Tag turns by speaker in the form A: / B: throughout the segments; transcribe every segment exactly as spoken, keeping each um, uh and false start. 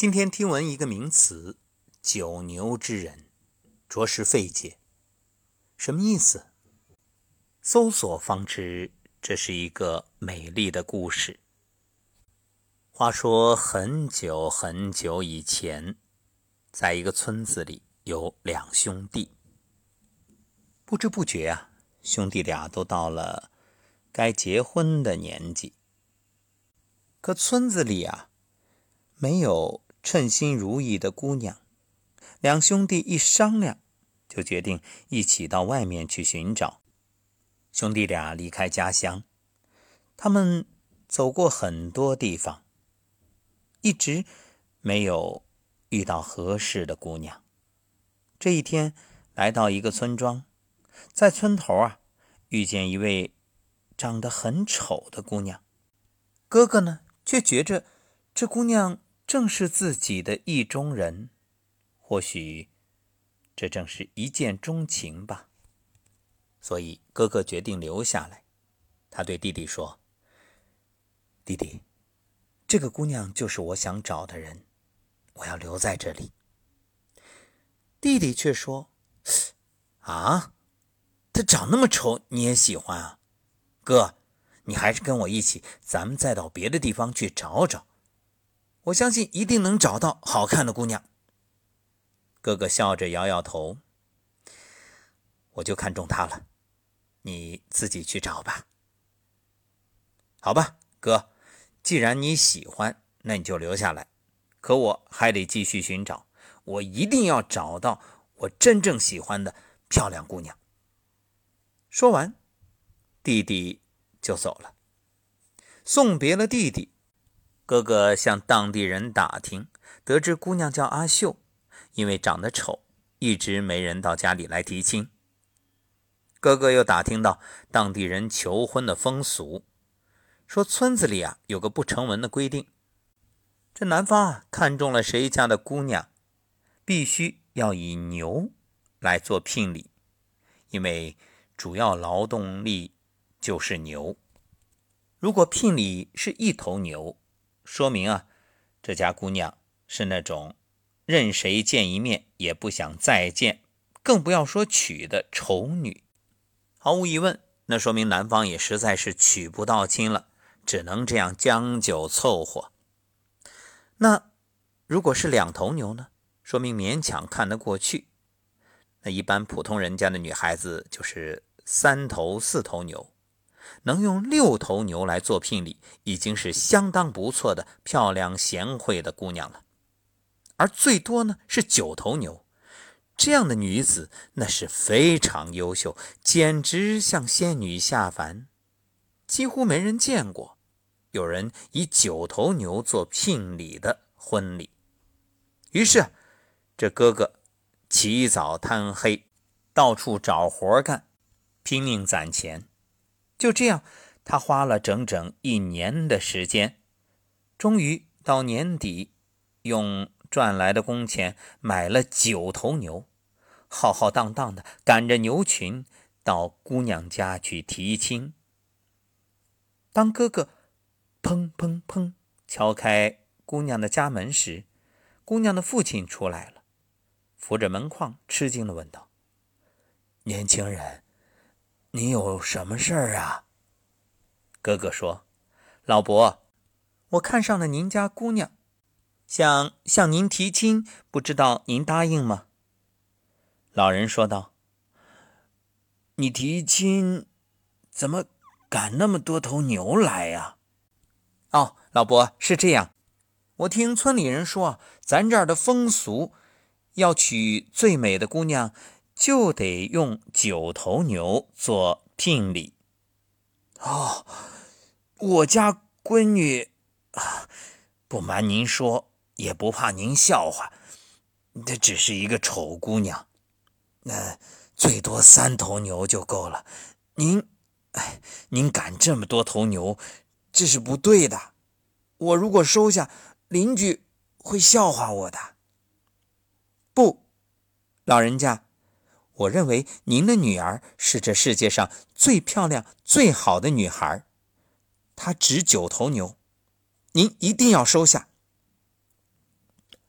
A: 今天听闻一个名词，九牛之人，着实费解。什么意思？搜索方知，这是一个美丽的故事。话说很久很久以前，在一个村子里有两兄弟。不知不觉啊，兄弟俩都到了该结婚的年纪。可村子里啊，没有称心如意的姑娘，两兄弟一商量，就决定一起到外面去寻找。兄弟俩离开家乡，他们走过很多地方，一直没有遇到合适的姑娘。这一天来到一个村庄，在村头啊，遇见一位长得很丑的姑娘。哥哥呢，却觉着这姑娘正是自己的意中人，或许这正是一见钟情吧。所以哥哥决定留下来。他对弟弟说：弟弟，这个姑娘就是我想找的人，我要留在这里。弟弟却说：啊，她长那么丑你也喜欢啊？哥，你还是跟我一起，咱们再到别的地方去找找，我相信一定能找到好看的姑娘。哥哥笑着摇摇头：我就看中她了，你自己去找吧。好吧，哥，既然你喜欢，那你就留下来，可我还得继续寻找，我一定要找到我真正喜欢的漂亮姑娘。说完，弟弟就走了。送别了弟弟，哥哥向当地人打听，得知姑娘叫阿秀，因为长得丑，一直没人到家里来提亲。哥哥又打听到当地人求婚的风俗，说村子里啊有个不成文的规定，这男方啊看中了谁家的姑娘，必须要以牛来做聘礼，因为主要劳动力就是牛。如果聘礼是一头牛，说明啊这家姑娘是那种任谁见一面也不想再见，更不要说娶的丑女。毫无疑问，那说明男方也实在是娶不到亲了，只能这样将就凑合。那如果是两头牛呢？说明勉强看得过去。那一般普通人家的女孩子就是三头四头牛，能用六头牛来做聘礼，已经是相当不错的漂亮贤惠的姑娘了。而最多呢是九头牛，这样的女子那是非常优秀，简直像仙女下凡，几乎没人见过有人以九头牛做聘礼的婚礼。于是这哥哥起早贪黑，到处找活干，拼命攒钱。就这样，他花了整整一年的时间，终于到年底，用赚来的工钱买了九头牛，浩浩荡荡的赶着牛群到姑娘家去提亲。当哥哥砰砰砰敲开姑娘的家门时，姑娘的父亲出来了，扶着门框吃惊地问道：年轻人，你有什么事儿啊？哥哥说：老伯，我看上了您家姑娘，想向您提亲，不知道您答应吗？老人说道：你提亲怎么赶那么多头牛来呀？哦，老伯，是这样，我听村里人说，咱这儿的风俗，要娶最美的姑娘，就得用九头牛做聘礼。哦，我家闺女，不瞒您说，也不怕您笑话，这只是一个丑姑娘，那最多三头牛就够了。您，哎，您赶这么多头牛，这是不对的。我如果收下，邻居会笑话我的。不，老人家，我认为您的女儿是这世界上最漂亮最好的女孩，她值九头牛，您一定要收下。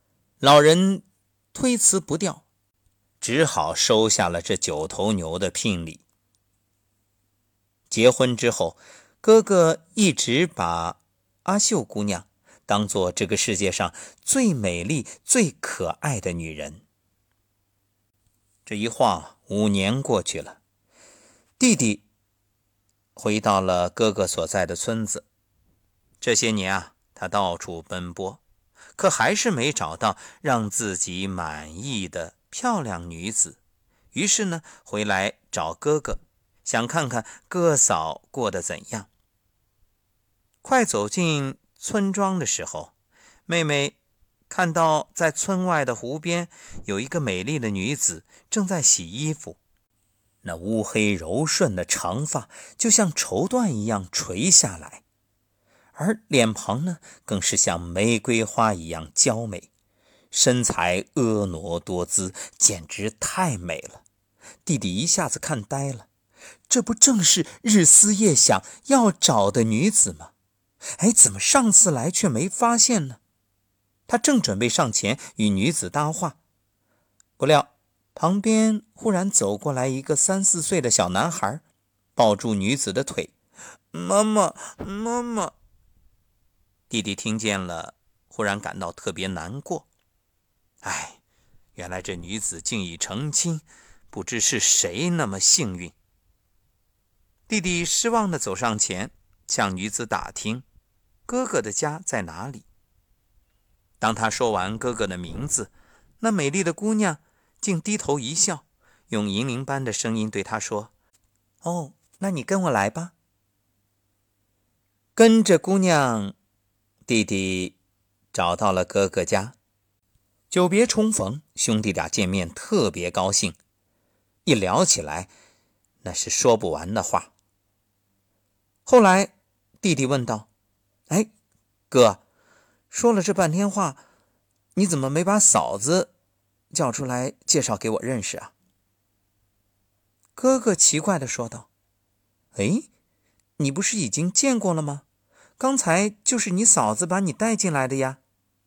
A: 老人推辞不掉，只好收下了这九头牛的聘礼。结婚之后，哥哥一直把阿秀姑娘当作这个世界上最美丽、最可爱的女人。这一晃五年过去了，弟弟回到了哥哥所在的村子。这些年啊，他到处奔波，可还是没找到让自己满意的漂亮女子。于是呢，回来找哥哥，想看看哥嫂过得怎样。快走进村庄的时候，妹妹看到在村外的湖边有一个美丽的女子正在洗衣服，那乌黑柔顺的长发就像绸缎一样垂下来，而脸庞呢，更是像玫瑰花一样娇美，身材婀娜多姿，简直太美了。弟弟一下子看呆了，这不正是日思夜想要找的女子吗？哎，怎么上次来却没发现呢？他正准备上前与女子搭话，不料旁边忽然走过来一个三四岁的小男孩，抱住女子的腿。妈妈，妈妈！弟弟听见了，忽然感到特别难过。哎，原来这女子竟已成亲，不知是谁那么幸运。弟弟失望地走上前，向女子打听哥哥的家在哪里。当他说完哥哥的名字，那美丽的姑娘竟低头一笑，用银铃般的声音对他说：哦，那你跟我来吧。跟着姑娘，弟弟找到了哥哥家。久别重逢，兄弟俩见面特别高兴，一聊起来那是说不完的话。后来弟弟问道：哎，哥，说了这半天话，你怎么没把嫂子叫出来介绍给我认识啊？哥哥奇怪地说道：哎，你不是已经见过了吗？刚才就是你嫂子把你带进来的呀。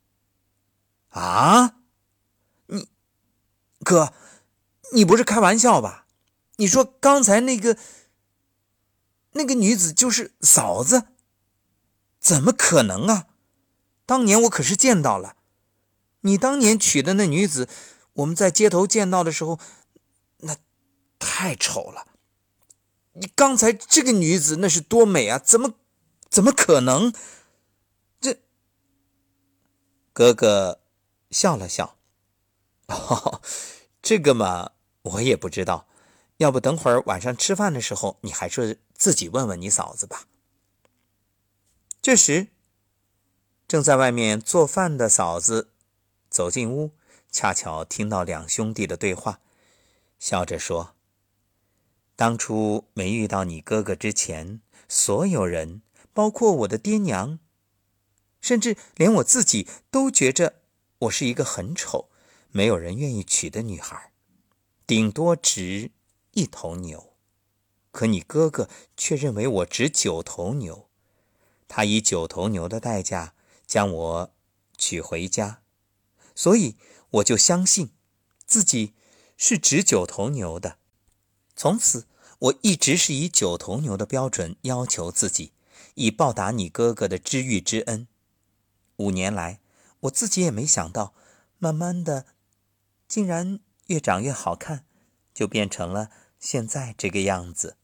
A: 啊？你，哥，你不是开玩笑吧？你说刚才那个那个女子就是嫂子？怎么可能啊？当年我可是见到了，你当年娶的那女子，我们在街头见到的时候，那太丑了。你刚才这个女子那是多美啊，怎么怎么可能？这哥哥笑了笑，哦，这个嘛，我也不知道，要不等会儿晚上吃饭的时候，你还是自己问问你嫂子吧。这时正在外面做饭的嫂子走进屋，恰巧听到两兄弟的对话，笑着说：当初没遇到你哥哥之前，所有人，包括我的爹娘，甚至连我自己，都觉着我是一个很丑，没有人愿意娶的女孩，顶多值一头牛。可你哥哥却认为我值九头牛，他以九头牛的代价将我娶回家，所以我就相信自己是值九头牛的。从此我一直是以九头牛的标准要求自己，以报答你哥哥的知遇之恩。五年来，我自己也没想到，慢慢的竟然越长越好看，就变成了现在这个样子。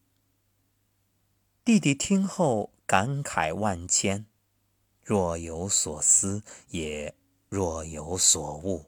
A: 弟弟听后感慨万千，若有所思，也若有所悟。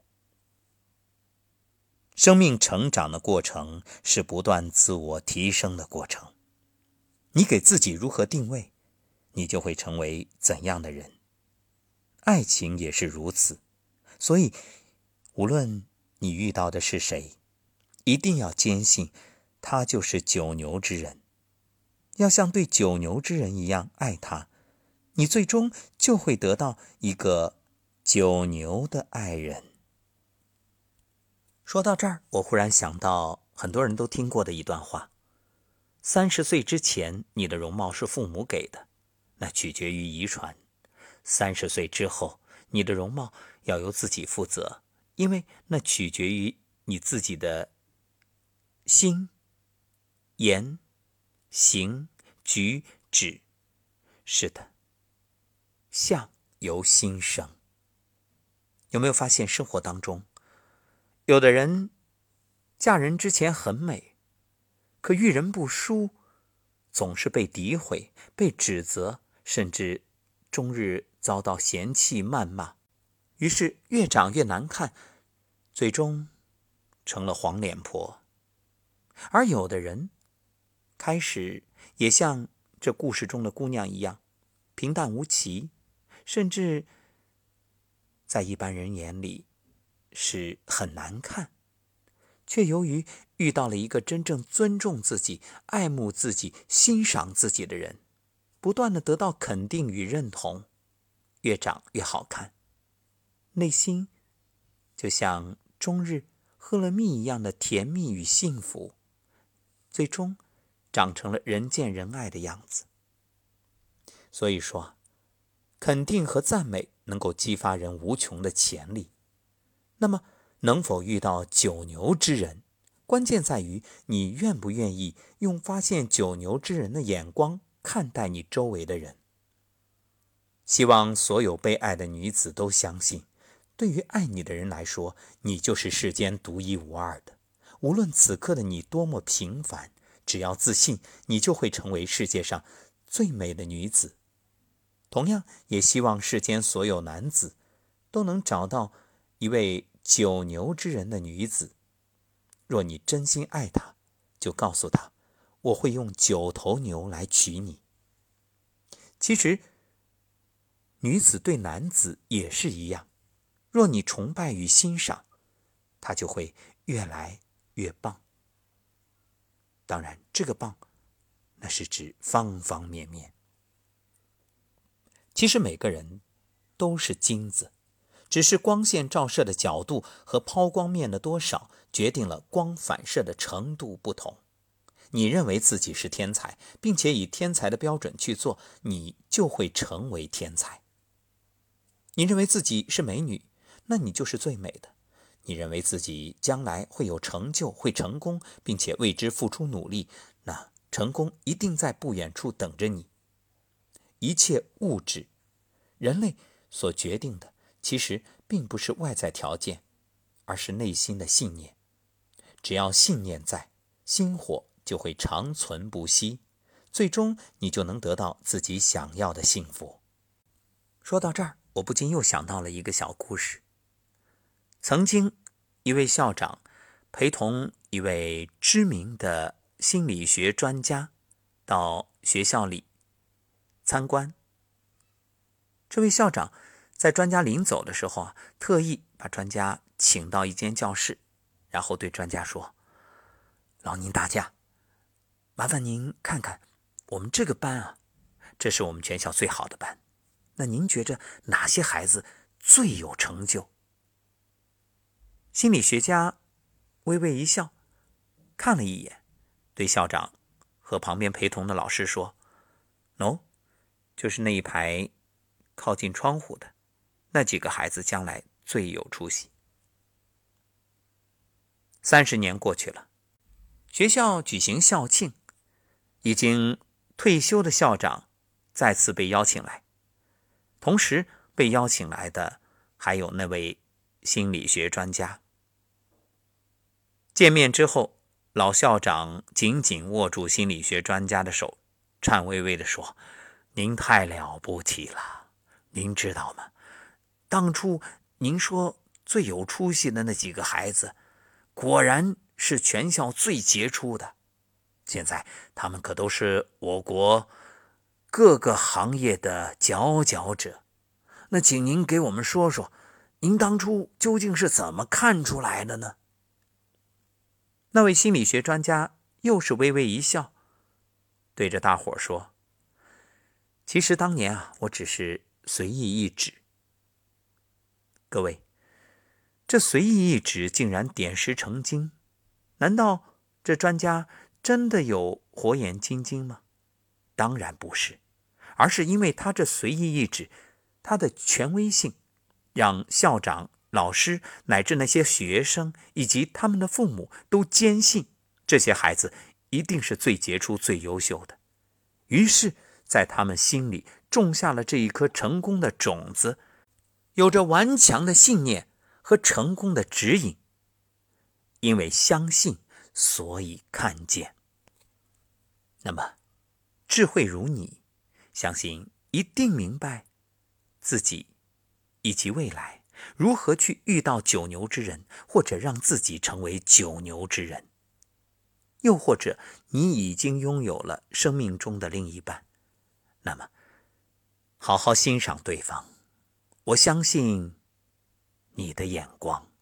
A: 生命成长的过程是不断自我提升的过程，你给自己如何定位，你就会成为怎样的人。爱情也是如此，所以无论你遇到的是谁，一定要坚信他就是九牛之人，要像对九牛之人一样爱他，你最终就会得到一个九牛的爱人。说到这儿，我忽然想到很多人都听过的一段话：三十岁之前，你的容貌是父母给的，那取决于遗传；三十岁之后， 你的容貌要由自己负责，因为那取决于你自己的心、言、行、举止。是的，相由心生。有没有发现生活当中，有的人嫁人之前很美，可遇人不淑，总是被诋毁、被指责，甚至终日遭到嫌弃谩骂，于是越长越难看，最终成了黄脸婆。而有的人开始也像这故事中的姑娘一样，平淡无奇，甚至在一般人眼里是很难看，却由于遇到了一个真正尊重自己、爱慕自己、欣赏自己的人，不断地得到肯定与认同，越长越好看，内心就像终日喝了蜜一样的甜蜜与幸福，最终长成了人见人爱的样子。所以说，肯定和赞美能够激发人无穷的潜力。那么能否遇到九牛之人，关键在于你愿不愿意用发现九牛之人的眼光看待你周围的人。希望所有被爱的女子都相信，对于爱你的人来说，你就是世间独一无二的。无论此刻的你多么平凡，只要自信，你就会成为世界上最美的女子。同样也希望世间所有男子都能找到一位九牛之人的女子。若你真心爱她，就告诉她，我会用九头牛来娶你。其实女子对男子也是一样，若你崇拜与欣赏，他就会越来越棒。当然这个棒，那是指方方面面。其实每个人都是金子，只是光线照射的角度和抛光面的多少决定了光反射的程度不同。你认为自己是天才，并且以天才的标准去做，你就会成为天才。你认为自己是美女，那你就是最美的。你认为自己将来会有成就，会成功，并且为之付出努力，那成功一定在不远处等着你。一切物质，人类所决定的，其实并不是外在条件，而是内心的信念。只要信念在，心火就会长存不息，最终你就能得到自己想要的幸福。说到这儿，我不禁又想到了一个小故事。曾经一位校长陪同一位知名的心理学专家到学校里参观。这位校长在专家临走的时候啊，特意把专家请到一间教室，然后对专家说，劳您大驾，麻烦您看看我们这个班啊，这是我们全校最好的班，那您觉着哪些孩子最有成就？心理学家微微一笑，看了一眼，对校长和旁边陪同的老师说， No， 就是那一排靠近窗户的那几个孩子将来最有出息。三十年过去了，学校举行校庆，已经退休的校长再次被邀请来，同时被邀请来的还有那位心理学专家。见面之后，老校长紧紧握住心理学专家的手，颤巍巍地说，您太了不起了，您知道吗？当初您说最有出息的那几个孩子，果然是全校最杰出的，现在他们可都是我国各个行业的佼佼者。那请您给我们说说，您当初究竟是怎么看出来的呢？那位心理学专家又是微微一笑，对着大伙说，其实当年啊，我只是随意一指。各位，这随意一指竟然点石成金，难道这专家真的有火眼金睛吗？当然不是，而是因为他这随意一指，他的权威性让校长、老师乃至那些学生以及他们的父母都坚信这些孩子一定是最杰出、最优秀的。于是在他们心里种下了这一颗成功的种子，有着顽强的信念和成功的指引。因为相信，所以看见。那么智慧如你，相信一定明白自己以及未来如何去遇到九牛之人，或者让自己成为九牛之人。又或者你已经拥有了生命中的另一半，那么好好欣赏对方，我相信你的眼光。